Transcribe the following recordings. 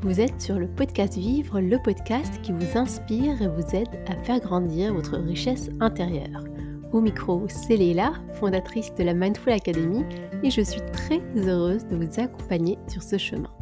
Vous êtes sur le podcast Vivre, le podcast qui vous inspire et vous aide à faire grandir votre richesse intérieure. Au micro, c'est Léla, fondatrice de la Mindful Academy, et je suis très heureuse de vous accompagner sur ce chemin.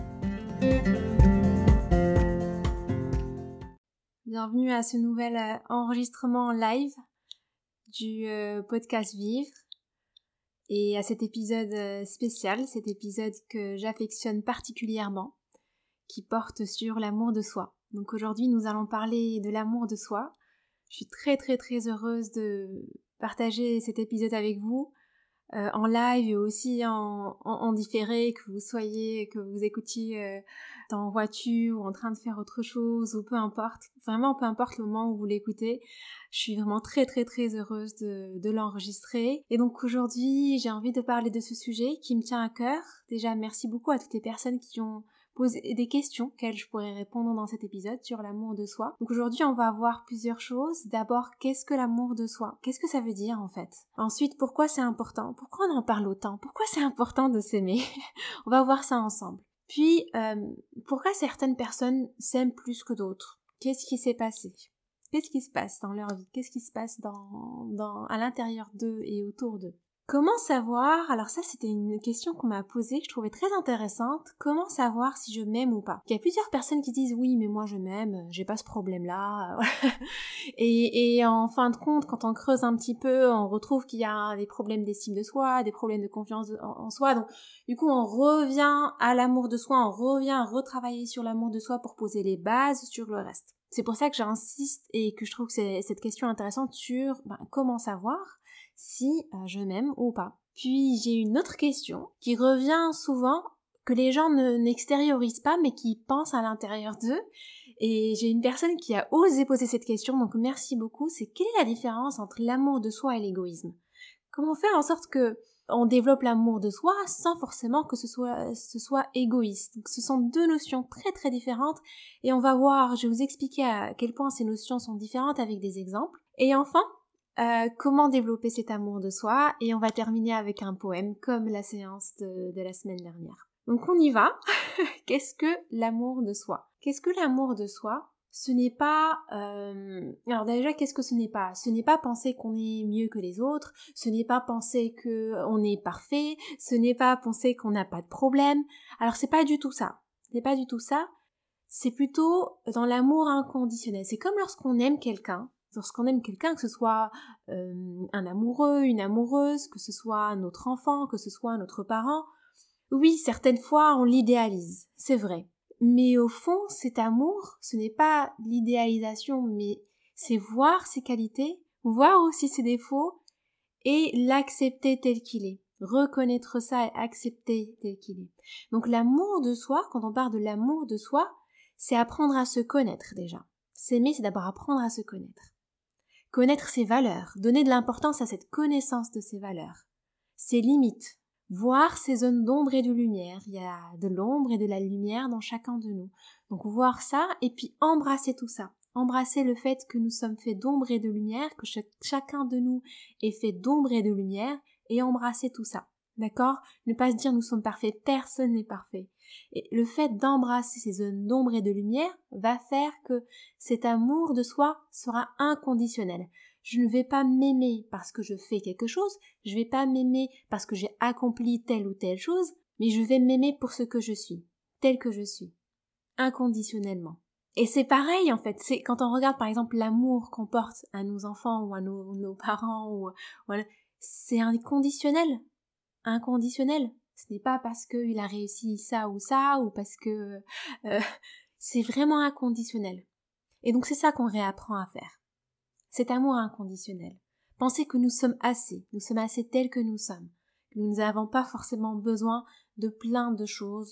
Bienvenue à ce nouvel enregistrement en live du podcast Vivre et à cet épisode spécial, cet épisode que j'affectionne particulièrement, qui porte sur l'amour de soi. Donc aujourd'hui, nous allons parler de l'amour de soi. Je suis très heureuse de partager cet épisode avec vous, en live et aussi en différé, que vous écoutiez en voiture ou en train de faire autre chose, ou peu importe le moment où vous l'écoutez. Je suis vraiment très heureuse de l'enregistrer. Et donc aujourd'hui, j'ai envie de parler de ce sujet qui me tient à cœur. Déjà, merci beaucoup à toutes les personnes qui ont poser des questions auxquelles je pourrais répondre dans cet épisode sur l'amour de soi. Donc aujourd'hui, on va voir plusieurs choses. D'abord, qu'est-ce que l'amour de soi? Qu'est-ce que ça veut dire en fait? Ensuite, pourquoi c'est important? Pourquoi on en parle autant? Pourquoi c'est important de s'aimer? On va voir ça ensemble. Puis, pourquoi certaines personnes s'aiment plus que d'autres? Qu'est-ce qui s'est passé? Qu'est-ce qui se passe dans leur vie? Qu'est-ce qui se passe à l'intérieur d'eux et autour d'eux? Comment savoir, alors ça c'était une question qu'on m'a posée, que je trouvais très intéressante, comment savoir si je m'aime ou pas? Il y a plusieurs personnes qui disent oui mais moi je m'aime, j'ai pas ce problème-là, et en fin de compte quand on creuse un petit peu, on retrouve qu'il y a des problèmes d'estime de soi, des problèmes de confiance en soi, donc du coup on revient à l'amour de soi, on revient à retravailler sur l'amour de soi pour poser les bases sur le reste. C'est pour ça que j'insiste et que je trouve que c'est cette question intéressante sur comment savoir si je m'aime ou pas. Puis j'ai une autre question qui revient souvent, que les gens n'extériorisent pas mais qui pensent à l'intérieur d'eux. Et j'ai une personne qui a osé poser cette question, donc merci beaucoup. C'est quelle est la différence entre l'amour de soi et l'égoïsme? Comment faire en sorte que on développe l'amour de soi sans forcément que ce soit égoïste? Donc ce sont deux notions très différentes et on va voir, je vais vous expliquer à quel point ces notions sont différentes avec des exemples. Et enfin, comment développer cet amour de soi, et on va terminer avec un poème comme la séance de la semaine dernière. Donc on y va. Qu'est-ce que l'amour de soi? Qu'est-ce que l'amour de soi? Ce n'est pas... Alors déjà, qu'est-ce que ce n'est pas? Ce n'est pas penser qu'on est mieux que les autres, ce n'est pas penser qu'on est parfait, ce n'est pas penser qu'on n'a pas de problème. Alors c'est pas du tout ça. C'est pas du tout ça. C'est plutôt dans l'amour inconditionnel. C'est comme lorsqu'on aime quelqu'un, que ce soit un amoureux, une amoureuse, que ce soit notre enfant, que ce soit notre parent. Oui, certaines fois, on l'idéalise, c'est vrai. Mais au fond, cet amour, ce n'est pas l'idéalisation, mais c'est voir ses qualités, voir aussi ses défauts, et l'accepter tel qu'il est. Reconnaître ça et accepter tel qu'il est. Donc l'amour de soi, quand on parle de l'amour de soi, c'est apprendre à se connaître déjà. S'aimer, c'est d'abord apprendre à se connaître. Connaître ses valeurs, donner de l'importance à cette connaissance de ses valeurs, ses limites, voir ses zones d'ombre et de lumière. Il y a de l'ombre et de la lumière dans chacun de nous. Donc voir ça et puis embrasser tout ça. Embrasser le fait que nous sommes faits d'ombre et de lumière, que chacun de nous est fait d'ombre et de lumière, et embrasser tout ça. D'accord? Ne pas se dire nous sommes parfaits, personne n'est parfait. Et le fait d'embrasser ces zones d'ombre et de lumière va faire que cet amour de soi sera inconditionnel. Je ne vais pas m'aimer parce que je fais quelque chose, je ne vais pas m'aimer parce que j'ai accompli telle ou telle chose, mais je vais m'aimer pour ce que je suis, tel que je suis, inconditionnellement. Et c'est pareil en fait, c'est quand on regarde par exemple l'amour qu'on porte à nos enfants ou à nos parents, c'est inconditionnel. Inconditionnel. Ce n'est pas parce qu'il a réussi ça ou parce que c'est vraiment inconditionnel. Et donc c'est ça qu'on réapprend à faire. Cet amour inconditionnel. Penser que nous sommes assez tels que nous sommes. Que nous n'avons pas forcément besoin de plein de choses,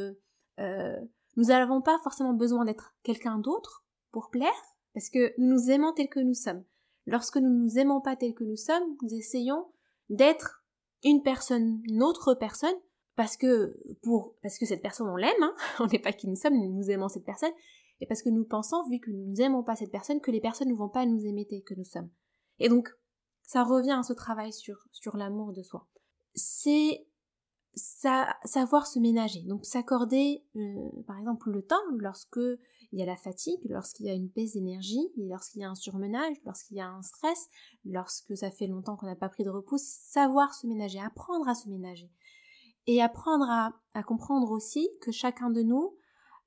nous n'avons pas forcément besoin d'être quelqu'un d'autre pour plaire, parce que nous nous aimons tels que nous sommes. Lorsque nous ne nous aimons pas tels que nous sommes, nous essayons d'être une autre personne, parce que cette personne on l'aime, on n'est pas qui nous sommes, nous aimons cette personne, et parce que nous pensons, vu que nous n'aimons pas cette personne, que les personnes ne vont pas nous aimer tels que nous sommes. Et donc, ça revient à ce travail sur l'amour de soi. savoir se ménager. Donc s'accorder, par exemple, le temps lorsque il y a la fatigue, lorsqu'il y a une baisse d'énergie, lorsqu'il y a un surmenage, lorsqu'il y a un stress, lorsque ça fait longtemps qu'on n'a pas pris de repos, savoir se ménager, apprendre à se ménager. Et apprendre à comprendre aussi que chacun de nous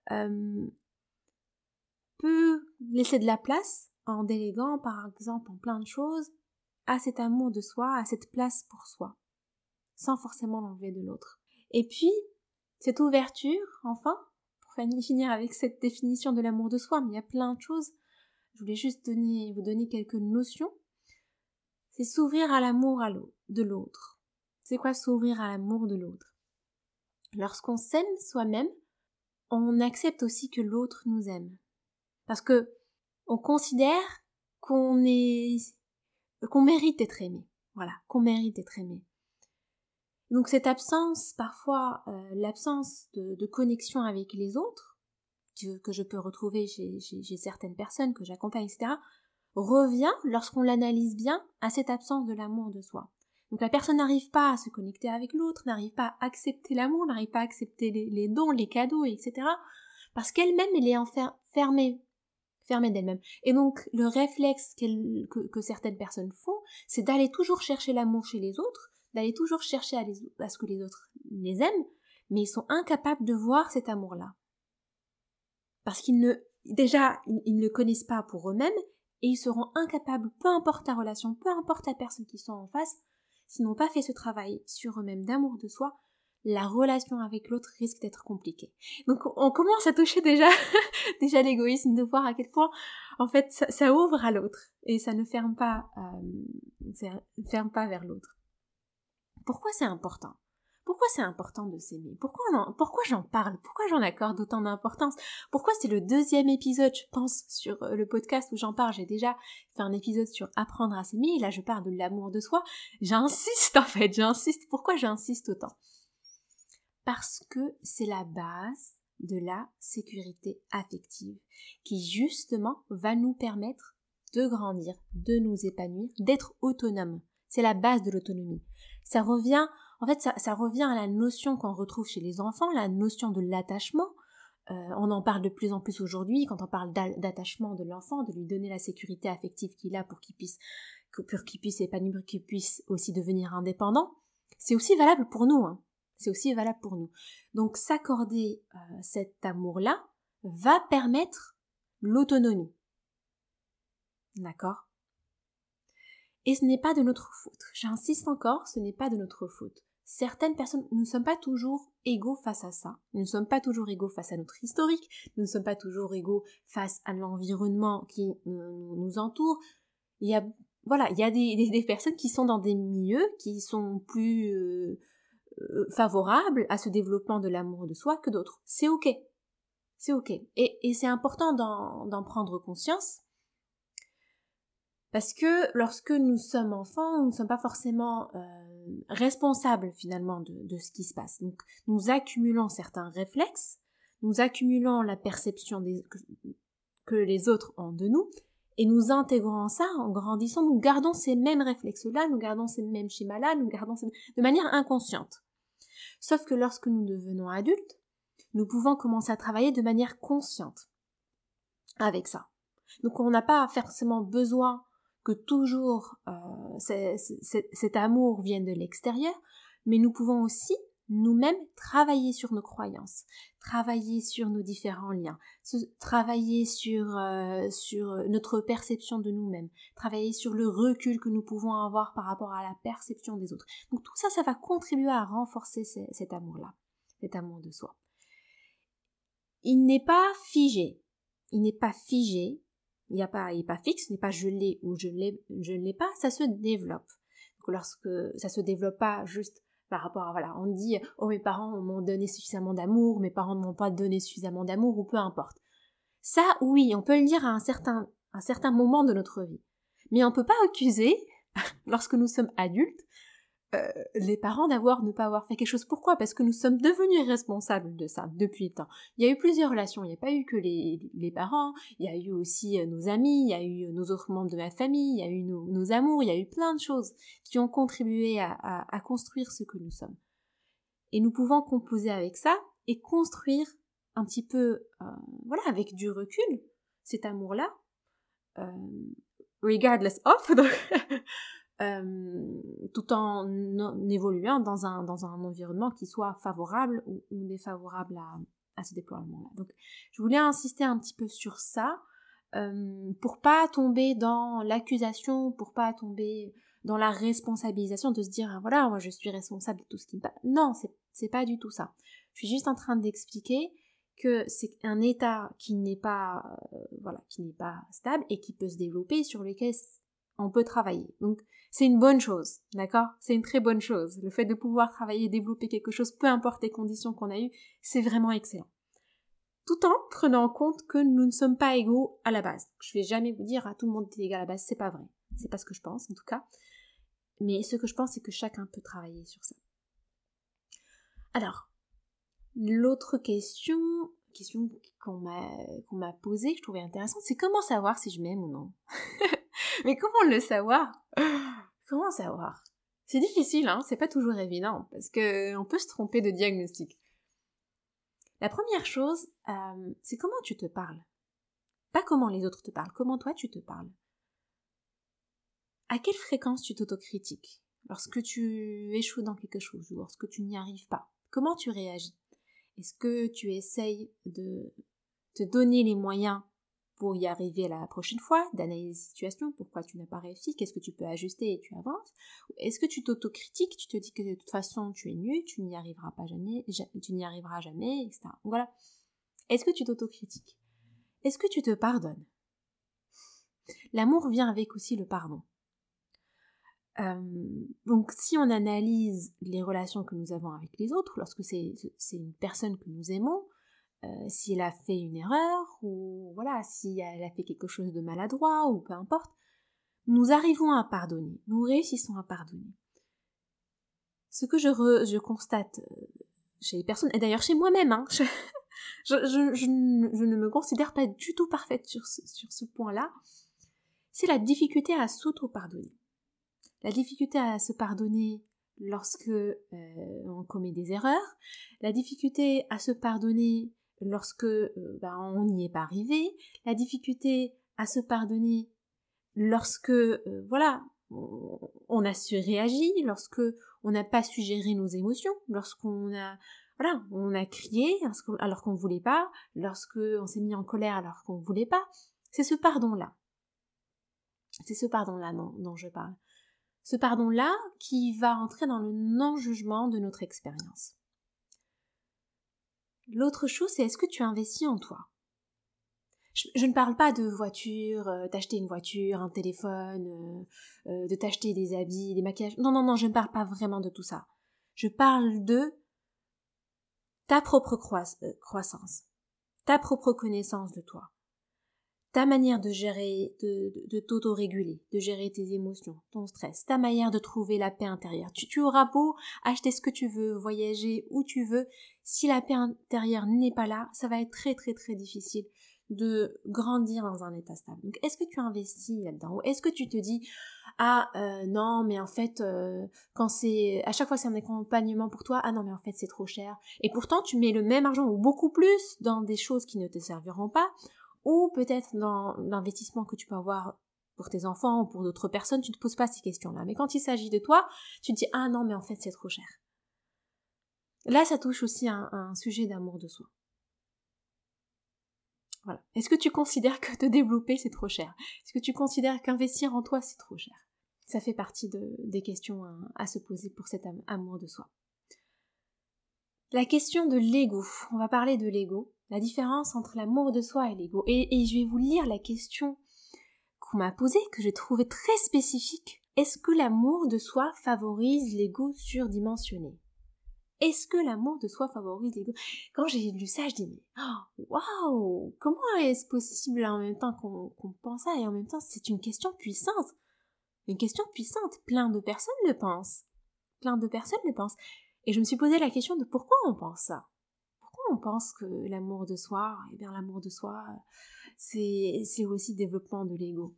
peut laisser de la place en déléguant, par exemple, en plein de choses, à cet amour de soi, à cette place pour soi, sans forcément l'enlever de l'autre. Et puis, cette ouverture, enfin, pour finir avec cette définition de l'amour de soi, mais il y a plein de choses, je voulais juste vous donner quelques notions, c'est s'ouvrir à l'amour de l'autre. C'est quoi s'ouvrir à l'amour de l'autre? Lorsqu'on s'aime soi-même, on accepte aussi que l'autre nous aime. Parce que on considère qu'on mérite d'être aimé. Voilà, qu'on mérite d'être aimé. Donc cette absence, parfois l'absence de connexion avec les autres, que je peux retrouver chez certaines personnes que j'accompagne, etc., revient, lorsqu'on l'analyse bien, à cette absence de l'amour de soi. Donc la personne n'arrive pas à se connecter avec l'autre, n'arrive pas à accepter l'amour, n'arrive pas à accepter les dons, les cadeaux, etc., parce qu'elle-même, elle est fermée d'elle-même. Et donc le réflexe que certaines personnes font, c'est d'aller toujours chercher l'amour chez les autres, d'aller toujours chercher à ce que les autres les aiment, mais ils sont incapables de voir cet amour-là. Parce qu'ils ne le connaissent pas pour eux-mêmes, et ils seront incapables, peu importe la relation, peu importe la personne qui sont en face, s'ils n'ont pas fait ce travail sur eux-mêmes d'amour de soi, la relation avec l'autre risque d'être compliquée. Donc on commence à toucher déjà l'égoïsme, de voir à quel point en fait ça ouvre à l'autre et ça ne ferme pas vers l'autre. Pourquoi c'est important? Pourquoi c'est important de s'aimer? Pourquoi j'en parle? Pourquoi j'en accorde autant d'importance? Pourquoi c'est le 2e épisode, je pense, sur le podcast où j'en parle? J'ai déjà fait un épisode sur apprendre à s'aimer, et là je parle de l'amour de soi. J'insiste. Pourquoi j'insiste autant? Parce que c'est la base de la sécurité affective qui justement va nous permettre de grandir, de nous épanouir, d'être autonome. C'est la base de l'autonomie. Ça revient à la notion qu'on retrouve chez les enfants, la notion de l'attachement. On en parle de plus en plus aujourd'hui quand on parle d'attachement de l'enfant, de lui donner la sécurité affective qu'il a pour qu'il puisse s'épanouir, qu'il puisse aussi devenir indépendant. C'est aussi valable pour nous, hein. C'est aussi valable pour nous. Donc s'accorder cet amour-là va permettre l'autonomie. D'accord? Et ce n'est pas de notre faute. J'insiste encore, ce n'est pas de notre faute. Certaines personnes, nous ne sommes pas toujours égaux face à ça. Nous ne sommes pas toujours égaux face à notre historique. Nous ne sommes pas toujours égaux face à l'environnement qui nous entoure. Il y a des personnes qui sont dans des milieux qui sont plus favorables à ce développement de l'amour de soi que d'autres. C'est ok. C'est ok. Et c'est important d'en prendre conscience. Parce que lorsque nous sommes enfants, nous ne sommes pas forcément responsables finalement de ce qui se passe. Donc nous accumulons certains réflexes, nous accumulons la perception que les autres ont de nous, et nous intégrons ça en grandissant, nous gardons ces mêmes réflexes-là, nous gardons ces mêmes schémas-là, de manière inconsciente. Sauf que lorsque nous devenons adultes, nous pouvons commencer à travailler de manière consciente avec ça. Donc on n'a pas forcément besoin que toujours cet amour vienne de l'extérieur, mais nous pouvons aussi nous-mêmes travailler sur nos croyances, travailler sur nos différents liens, travailler sur notre perception de nous-mêmes, travailler sur le recul que nous pouvons avoir par rapport à la perception des autres. Donc tout ça, ça va contribuer à renforcer cet amour-là, cet amour de soi. Il n'est pas figé. Il n'est pas figé. Il n'est pas fixe, il n'est pas je l'ai ou je ne l'ai pas, ça se développe. Donc lorsque ça se développe pas juste par rapport à, voilà, on dit, oh mes parents m'ont donné suffisamment d'amour, mes parents ne m'ont pas donné suffisamment d'amour, ou peu importe. Ça, oui, on peut le dire à un certain moment de notre vie. Mais on peut pas accuser, lorsque nous sommes adultes, les parents ne pas avoir fait quelque chose. Pourquoi? Parce que nous sommes devenus responsables de ça depuis le temps. Il y a eu plusieurs relations, il n'y a pas eu que les parents, il y a eu aussi nos amis, il y a eu nos autres membres de ma famille, il y a eu nos amours, il y a eu plein de choses qui ont contribué à construire ce que nous sommes. Et nous pouvons composer avec ça et construire un petit peu, avec du recul, cet amour-là, regardless of, tout en évoluant dans un environnement qui soit favorable ou défavorable à ce déploiement-là. Donc, je voulais insister un petit peu sur ça, pour pas tomber dans l'accusation, pour pas tomber dans la responsabilisation de se dire, voilà, moi je suis responsable de tout ce qui me passe. Non, c'est pas du tout ça. Je suis juste en train d'expliquer que c'est un état qui n'est pas stable et qui peut se développer, sur lequel on peut travailler. Donc, c'est une bonne chose, d'accord? C'est une très bonne chose. Le fait de pouvoir travailler et développer quelque chose, peu importe les conditions qu'on a eues, c'est vraiment excellent. Tout en prenant en compte que nous ne sommes pas égaux à la base. Je vais jamais vous dire, tout le monde est égal à la base, c'est pas vrai. C'est pas ce que je pense, en tout cas. Mais ce que je pense, c'est que chacun peut travailler sur ça. Alors, l'autre question qu'on m'a posée, que je trouvais intéressante, c'est comment savoir si je m'aime ou non? Mais comment le savoir? Comment savoir? C'est difficile, hein, c'est pas toujours évident, parce que on peut se tromper de diagnostic. La première chose, c'est comment tu te parles. Pas comment les autres te parlent, comment toi tu te parles. À quelle fréquence tu t'autocritiques? Lorsque tu échoues dans quelque chose, ou lorsque tu n'y arrives pas, comment tu réagis? Est-ce que tu essayes de te donner les moyens pour y arriver la prochaine fois, d'analyser la situation, pourquoi tu n'as pas réussi, qu'est-ce que tu peux ajuster et tu avances? Est-ce que tu t'autocritiques, tu te dis que de toute façon tu es nul, tu n'y arriveras jamais, etc. Voilà. Est-ce que tu t'autocritiques? Est-ce que tu te pardonnes? L'amour vient avec aussi le pardon. Donc si on analyse les relations que nous avons avec les autres, lorsque c'est une personne que nous aimons, si elle a fait une erreur, ou voilà, si elle a fait quelque chose de maladroit, ou peu importe, nous arrivons à pardonner, nous réussissons à pardonner. Ce que je constate chez les personnes, et d'ailleurs chez moi-même, hein, je ne me considère pas du tout parfaite sur ce point-là, c'est la difficulté à s'auto-pardonner. La difficulté à se pardonner lorsque on commet des erreurs, la difficulté à se pardonner lorsque on n'y est pas arrivé, la difficulté à se pardonner lorsque on a surréagi, lorsque on n'a pas su gérer nos émotions, lorsqu'on a crié alors qu'on ne voulait pas, lorsque on s'est mis en colère alors qu'on ne voulait pas. C'est ce pardon-là. C'est ce pardon-là dont je parle. Ce pardon-là qui va entrer dans le non-jugement de notre expérience. L'autre chose, c'est est-ce que tu investis en toi? Je ne parle pas de voiture, d'acheter une voiture, un téléphone, de t'acheter des habits, des maquillages. Non, je ne parle pas vraiment de tout ça. Je parle de ta propre croissance, ta propre connaissance de toi, ta manière de gérer, de t'auto-réguler, de gérer tes émotions, ton stress, ta manière de trouver la paix intérieure. Tu auras beau acheter ce que tu veux, voyager où tu veux, si la paix intérieure n'est pas là, ça va être très très très difficile de grandir dans un état stable. Donc est-ce que tu investis là-dedans, ou est-ce que tu te dis non mais en fait quand c'est à chaque fois c'est un accompagnement pour toi, non mais en fait c'est trop cher, et pourtant tu mets le même argent ou beaucoup plus dans des choses qui ne te serviront pas, ou peut-être dans l'investissement que tu peux avoir pour tes enfants ou pour d'autres personnes, tu ne te poses pas ces questions-là. Mais quand il s'agit de toi, tu te dis non mais en fait c'est trop cher. Là ça touche aussi un sujet d'amour de soi. Voilà. Est-ce que tu considères que te développer c'est trop cher? Est-ce que tu considères qu'investir en toi c'est trop cher? Ça fait partie des questions à se poser pour cet amour de soi. La question de l'ego. On va parler de l'ego. La différence entre l'amour de soi et l'ego. Et je vais vous lire la question qu'on m'a posée, que j'ai trouvée très spécifique. Est-ce que l'amour de soi favorise l'ego surdimensionné? Est-ce que l'amour de soi favorise l'ego? Quand j'ai lu ça, je dis mais waouh, comment est-ce possible en même temps qu'on pense ça, et en même temps c'est une question puissante. Une question puissante. Plein de personnes le pensent. Et je me suis posé la question de pourquoi on pense ça. Pourquoi on pense que l'amour de soi, l'amour de soi, c'est aussi le développement de l'ego.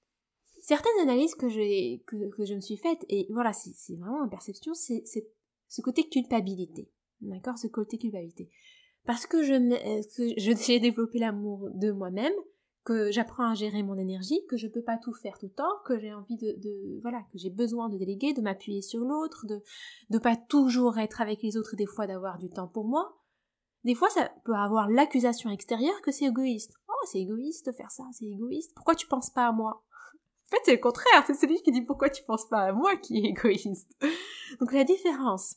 Certaines analyses que je me suis faites, et voilà, c'est vraiment ma perception, c'est ce côté culpabilité. D'accord, ce côté culpabilité. Parce que j'ai développé l'amour de moi-même, que j'apprends à gérer mon énergie, que je peux pas tout faire tout le temps, que j'ai envie que j'ai besoin de déléguer, de m'appuyer sur l'autre, de pas toujours être avec les autres et des fois d'avoir du temps pour moi. Des fois, ça peut avoir l'accusation extérieure que c'est égoïste. Oh, c'est égoïste de faire ça, c'est égoïste. Pourquoi tu penses pas à moi? En fait, c'est le contraire, c'est celui qui dit pourquoi tu penses pas à moi qui est égoïste. Donc la différence,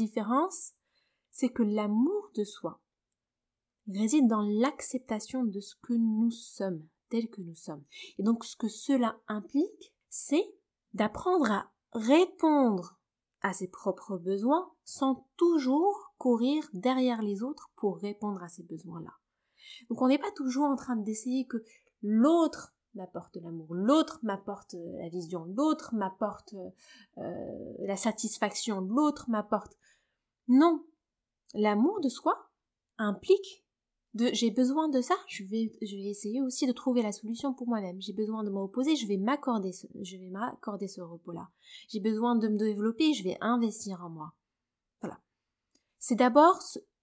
c'est que l'amour de soi réside dans l'acceptation de ce que nous sommes, tel que nous sommes. Et donc ce que cela implique, c'est d'apprendre à répondre à ses propres besoins sans toujours courir derrière les autres pour répondre à ces besoins-là. Donc on n'est pas toujours en train d'essayer que l'autre m'apporte l'amour, l'autre m'apporte la vision, l'autre m'apporte la satisfaction, l'autre m'apporte... Non, l'amour de soi implique j'ai besoin de ça, je vais essayer aussi de trouver la solution pour moi-même. J'ai besoin de me reposer, je vais m'accorder ce repos-là. J'ai besoin de me développer, je vais investir en moi. Voilà. C'est d'abord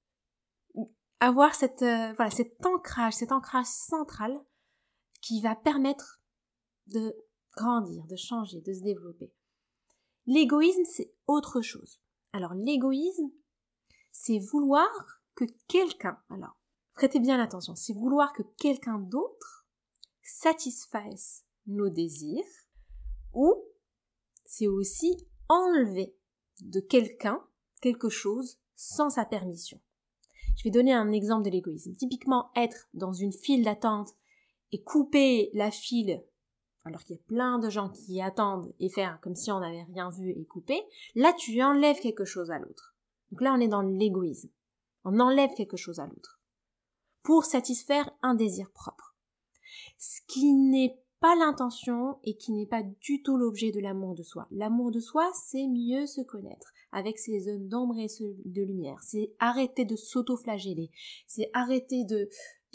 avoir cet ancrage central qui va permettre de grandir, de changer, de se développer. L'égoïsme, c'est autre chose. Alors, l'égoïsme, c'est vouloir que quelqu'un, alors, prêtez bien attention, c'est vouloir que quelqu'un d'autre satisfasse nos désirs, ou c'est aussi enlever de quelqu'un quelque chose sans sa permission. Je vais donner un exemple de l'égoïsme. Typiquement, être dans une file d'attente et couper la file alors qu'il y a plein de gens qui attendent et faire comme si on n'avait rien vu et couper, là tu enlèves quelque chose à l'autre. Donc là on est dans l'égoïsme. On enlève quelque chose à l'autre pour satisfaire un désir propre. Ce qui n'est pas l'intention et qui n'est pas du tout l'objet de l'amour de soi. L'amour de soi, c'est mieux se connaître avec ses zones d'ombre et de lumière. C'est arrêter de s'auto-flageller. C'est arrêter de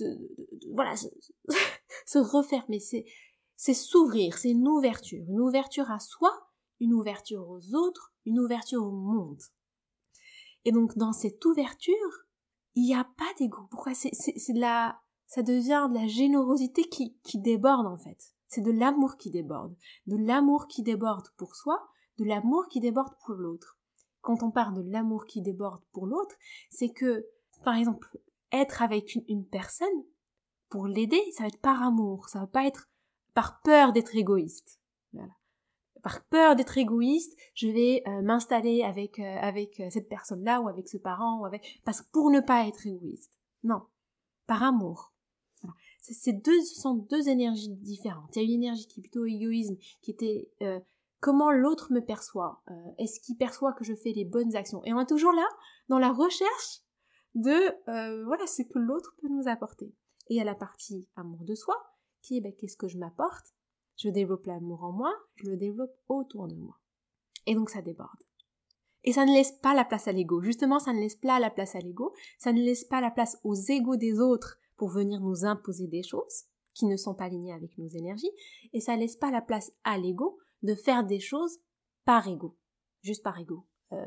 se refermer. C'est s'ouvrir, c'est une ouverture à soi, une ouverture aux autres, une ouverture au monde. Et donc dans cette ouverture, il n'y a pas d'ego. Pourquoi ça devient de la générosité qui déborde en fait. C'est de l'amour qui déborde. De l'amour qui déborde pour soi, de l'amour qui déborde pour l'autre. Quand on parle de l'amour qui déborde pour l'autre, c'est que, par exemple, être avec une personne, pour l'aider, ça va être par amour, ça va pas être par peur d'être égoïste. Voilà. Par peur d'être égoïste, je vais m'installer avec cette personne-là ou avec ce parent parce que pour ne pas être égoïste. Non, par amour. Voilà. Ce sont deux énergies différentes. Il y a une énergie qui est plutôt égoïsme, qui était comment l'autre me perçoit. Est-ce qu'il perçoit que je fais les bonnes actions? Et on est toujours là dans la recherche de ce que l'autre peut nous apporter. Et il y a la partie amour de soi qui est qu'est-ce que je m'apporte? Je développe l'amour en moi, je le développe autour de moi. Et donc ça déborde. Et ça ne laisse pas la place à l'ego. Justement, ça ne laisse pas la place à l'ego, ça ne laisse pas la place aux égos des autres pour venir nous imposer des choses qui ne sont pas alignées avec nos énergies, et ça ne laisse pas la place à l'ego de faire des choses par ego, juste par ego,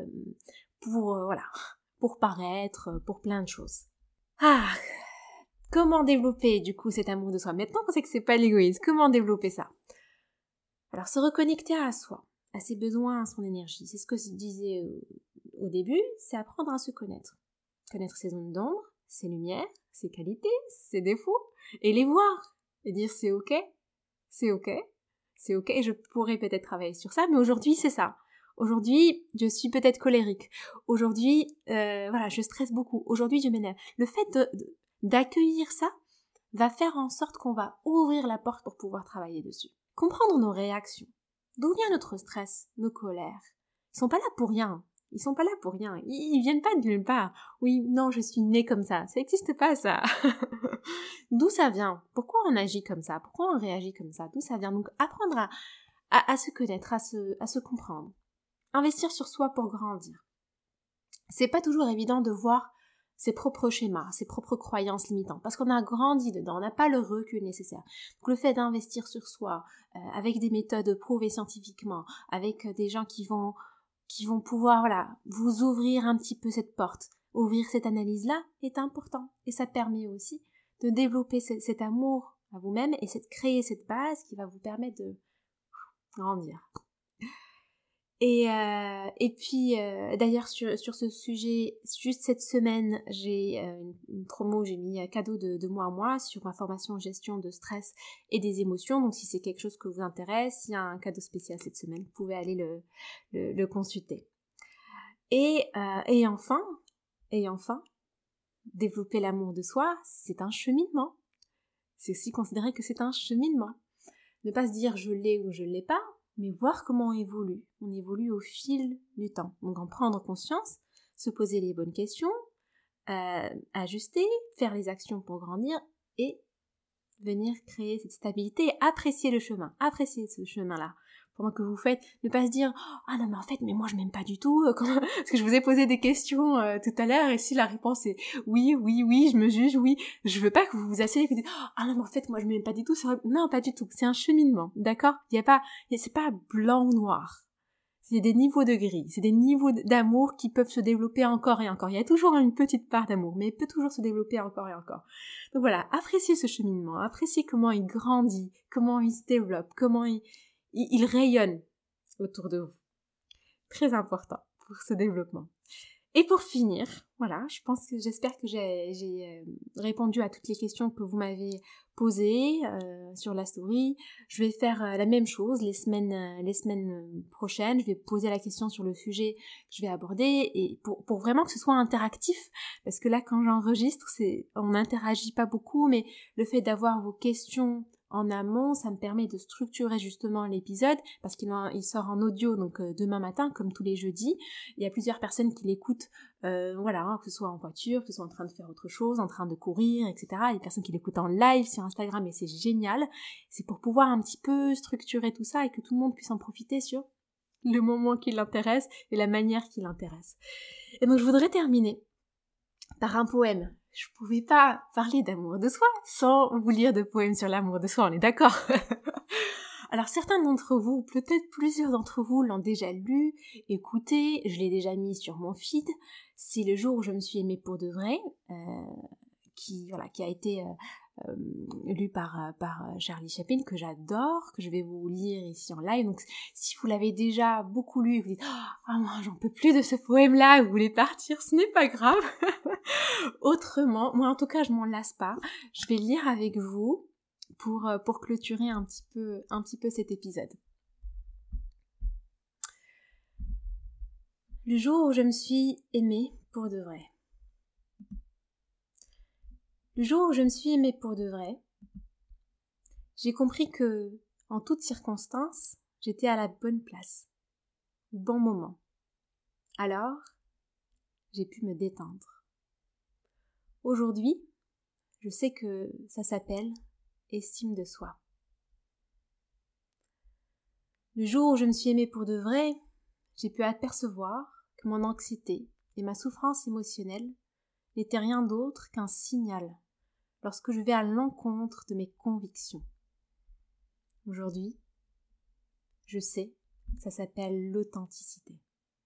pour paraître, pour plein de choses. Comment développer du coup cet amour de soi? Maintenant qu'on sait que c'est pas l'égoïsme, comment développer ça? Alors se reconnecter à soi, à ses besoins, à son énergie. C'est ce que je disais au début, c'est apprendre à se connaître. Connaître ses zones d'ombre, ses lumières, ses qualités, ses défauts, et les voir. Et dire c'est ok, et je pourrais peut-être travailler sur ça, mais aujourd'hui c'est ça. Aujourd'hui, je suis peut-être colérique. Aujourd'hui, je stresse beaucoup. Aujourd'hui, je m'énerve. Le fait d'accueillir ça va faire en sorte qu'on va ouvrir la porte pour pouvoir travailler dessus. Comprendre nos réactions. D'où vient notre stress, nos colères? Ils sont pas là pour rien. Ils viennent pas de nulle part. Oui, non, je suis née comme ça. Ça n'existe pas, ça. D'où ça vient? Pourquoi on agit comme ça? Pourquoi on réagit comme ça? D'où ça vient? Donc, apprendre à se connaître, à se comprendre. Investir sur soi pour grandir. C'est pas toujours évident de voir ses propres schémas, ses propres croyances limitantes, parce qu'on a grandi dedans, on n'a pas le recul nécessaire. Donc le fait d'investir sur soi, avec des méthodes prouvées scientifiquement, avec des gens qui vont qui vont pouvoir vous ouvrir un petit peu cette porte. Ouvrir cette analyse-là est important et ça permet aussi de développer cet amour à vous-même et créer cette base qui va vous permettre de grandir. Et puis d'ailleurs sur ce sujet, juste cette semaine, j'ai une promo, j'ai mis cadeau de mois à mois sur ma formation gestion de stress et des émotions. Donc si c'est quelque chose que vous intéresse, il y a un cadeau spécial cette semaine, vous pouvez aller le consulter. Et enfin, développer l'amour de soi, c'est un cheminement. C'est aussi considérer que c'est un cheminement. Ne pas se dire je l'ai ou je l'ai pas, mais voir comment on évolue. On évolue au fil du temps. Donc en prendre conscience, se poser les bonnes questions, ajuster, faire les actions pour grandir et venir créer cette stabilité et apprécier le chemin. Apprécier ce chemin-là. Pendant que vous faites, ne pas se dire « Ah non mais en fait, mais moi je m'aime pas du tout » parce que je vous ai posé des questions tout à l'heure et si la réponse est « Oui, je me juge, oui », je veux pas que vous vous asseyez et que vous dites « Ah non mais en fait, moi je m'aime pas du tout », non pas du tout, c'est un cheminement, d'accord ? C'est pas blanc ou noir. C'est des niveaux de gris, c'est des niveaux d'amour qui peuvent se développer encore et encore. Il y a toujours une petite part d'amour, mais il peut toujours se développer encore et encore. Donc voilà, appréciez ce cheminement, appréciez comment il grandit, comment il se développe, comment il rayonne autour de vous. Très important pour ce développement. Et pour finir, j'espère que j'ai répondu à toutes les questions que vous m'avez posées sur la story. Je vais faire la même chose les semaines prochaines. Je vais poser la question sur le sujet que je vais aborder et pour vraiment que ce soit interactif, parce que là quand j'enregistre, on n'interagit pas beaucoup, mais le fait d'avoir vos questions en amont, ça me permet de structurer justement l'épisode, parce qu'il sort en audio donc demain matin, comme tous les jeudis. Il y a plusieurs personnes qui l'écoutent, que ce soit en voiture, que ce soit en train de faire autre chose, en train de courir, etc. Il y a des personnes qui l'écoutent en live sur Instagram et c'est génial. C'est pour pouvoir un petit peu structurer tout ça et que tout le monde puisse en profiter sur le moment qui l'intéresse et la manière qui l'intéresse. Et donc je voudrais terminer par un poème. Je pouvais pas parler d'amour de soi sans vous lire de poèmes sur l'amour de soi, on est d'accord? Alors certains d'entre vous, peut-être plusieurs d'entre vous l'ont déjà lu, écouté, je l'ai déjà mis sur mon feed. C'est Le jour où je me suis aimée pour de vrai, qui a été lu par Charlie Chaplin, que j'adore, que je vais vous lire ici en live. Donc si vous l'avez déjà beaucoup lu et vous dites « Ah, moi j'en peux plus de ce poème-là » et vous voulez partir, ce n'est pas grave. Autrement, moi en tout cas je m'en lasse pas, je vais lire avec vous pour clôturer un petit peu cet épisode. Le jour où je me suis aimée pour de vrai. Le jour où je me suis aimée pour de vrai, j'ai compris que, en toutes circonstances, j'étais à la bonne place, au bon moment. Alors, j'ai pu me détendre. Aujourd'hui, je sais que ça s'appelle estime de soi. Le jour où je me suis aimée pour de vrai, j'ai pu apercevoir que mon anxiété et ma souffrance émotionnelle n'étaient rien d'autre qu'un signal lorsque je vais à l'encontre de mes convictions. Aujourd'hui, je sais que ça s'appelle l'authenticité.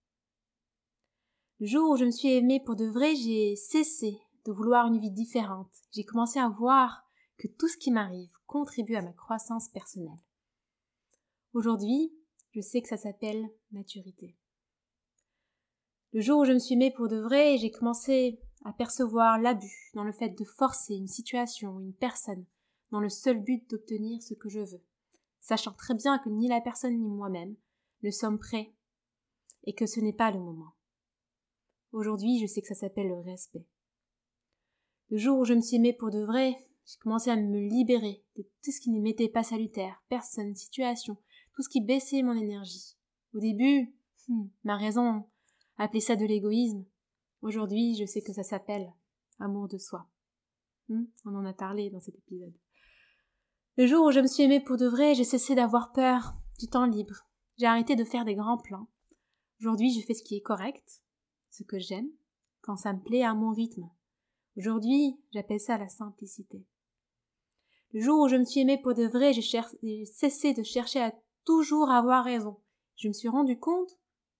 Le jour où je me suis aimée pour de vrai, j'ai cessé de vouloir une vie différente. J'ai commencé à voir que tout ce qui m'arrive contribue à ma croissance personnelle. Aujourd'hui, je sais que ça s'appelle maturité. Le jour où je me suis aimée pour de vrai, j'ai commencé à percevoir l'abus dans le fait de forcer une situation, une personne, dans le seul but d'obtenir ce que je veux, sachant très bien que ni la personne ni moi-même ne sommes prêts et que ce n'est pas le moment. Aujourd'hui, je sais que ça s'appelle le respect. Le jour où je me suis aimée pour de vrai, j'ai commencé à me libérer de tout ce qui ne m'était pas salutaire, personne, situation, tout ce qui baissait mon énergie. Au début, ma raison appelait ça de l'égoïsme. Aujourd'hui, je sais que ça s'appelle amour de soi. On en a parlé dans cet épisode. Le jour où je me suis aimée pour de vrai, j'ai cessé d'avoir peur du temps libre. J'ai arrêté de faire des grands plans. Aujourd'hui, je fais ce qui est correct, ce que j'aime, quand ça me plaît à mon rythme. Aujourd'hui, j'appelle ça la simplicité. Le jour où je me suis aimée pour de vrai, j'ai cessé de chercher à toujours avoir raison. Je me suis rendu compte,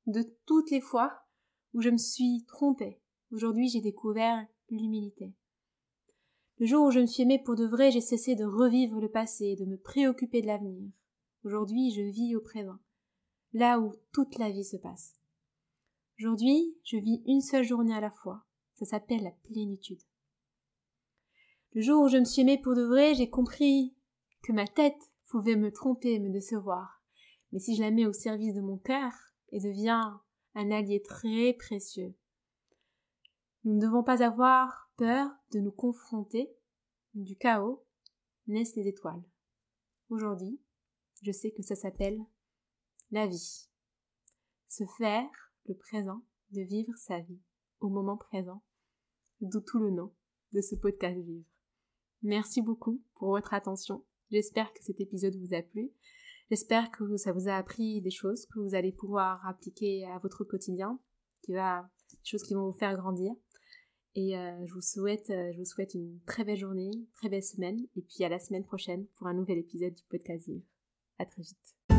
de toutes les fois où je me suis trompée. Aujourd'hui, j'ai découvert l'humilité. Le jour où je me suis aimée pour de vrai, j'ai cessé de revivre le passé, de me préoccuper de l'avenir. Aujourd'hui, je vis au présent, là où toute la vie se passe. Aujourd'hui, je vis une seule journée à la fois. Ça s'appelle la plénitude. Le jour où je me suis aimée pour de vrai, j'ai compris que ma tête pouvait me tromper et me décevoir. Mais si je la mets au service de mon cœur, elle devient un allié très précieux. Nous ne devons pas avoir peur de nous confronter. Du chaos naissent les étoiles. Aujourd'hui, je sais que ça s'appelle la vie. Se faire le présent, de vivre sa vie au moment présent, d'où tout le nom de ce podcast Vivre. Merci beaucoup pour votre attention. J'espère que cet épisode vous a plu. J'espère que ça vous a appris des choses que vous allez pouvoir appliquer à votre quotidien, des choses qui vont vous faire grandir. Et je vous souhaite une très belle journée, une très belle semaine, et puis à la semaine prochaine pour un nouvel épisode du podcast Vivre. À très vite.